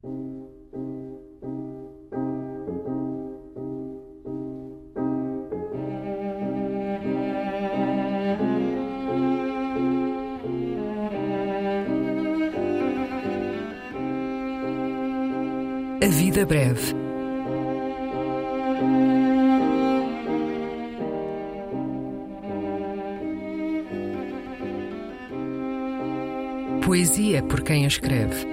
A vida breve. Poesia por quem a escreve.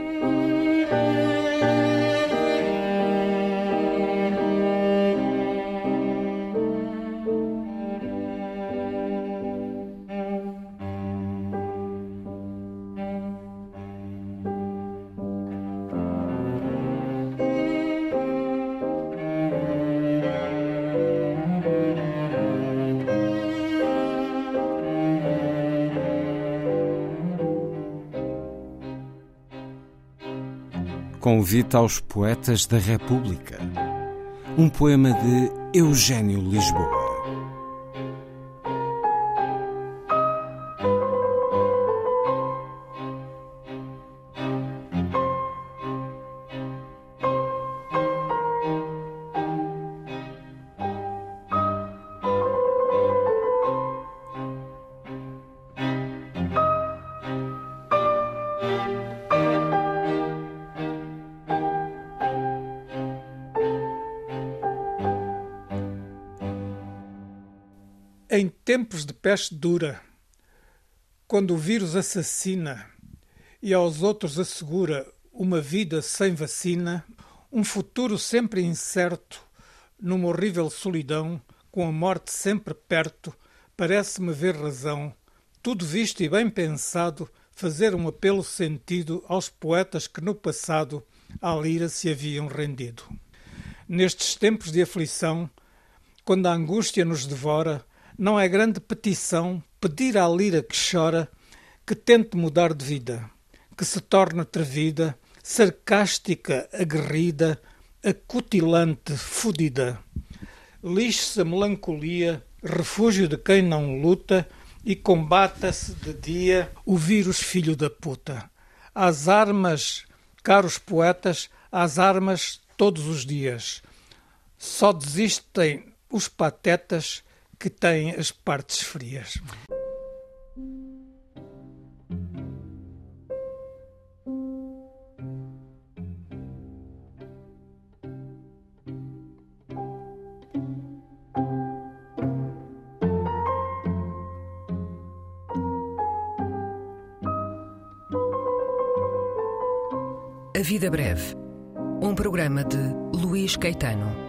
Convite aos Poetas da República. Um poema de Eugênio Lisboa. Em tempos de peste dura, quando o vírus assassina e aos outros assegura uma vida sem vacina, um futuro sempre incerto, numa horrível solidão, com a morte sempre perto, parece-me ver razão, tudo visto e bem pensado, fazer um apelo sentido aos poetas que no passado à lira se haviam rendido. Nestes tempos de aflição, quando a angústia nos devora, não é grande petição pedir à lira que chora que tente mudar de vida, que se torne atrevida, sarcástica, aguerrida, acutilante, fudida. Lixe-se a melancolia, refúgio de quem não luta, e combata-se de dia o vírus filho da puta. Às armas, caros poetas, às armas todos os dias. Só desistem os patetas que têm as partes frias. A vida breve. Um programa de Luís Caetano.